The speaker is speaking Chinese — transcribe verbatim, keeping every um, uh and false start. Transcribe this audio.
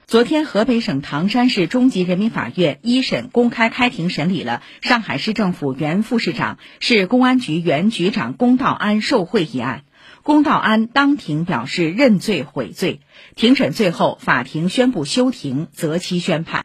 昨天，河北省唐山市中级人民法院一审公开开庭审理了上海市政府原副市长、市公安局原局长龚道安受贿一案。龚道安当庭表示认罪悔罪。庭审最后，法庭宣布休庭，择期宣判。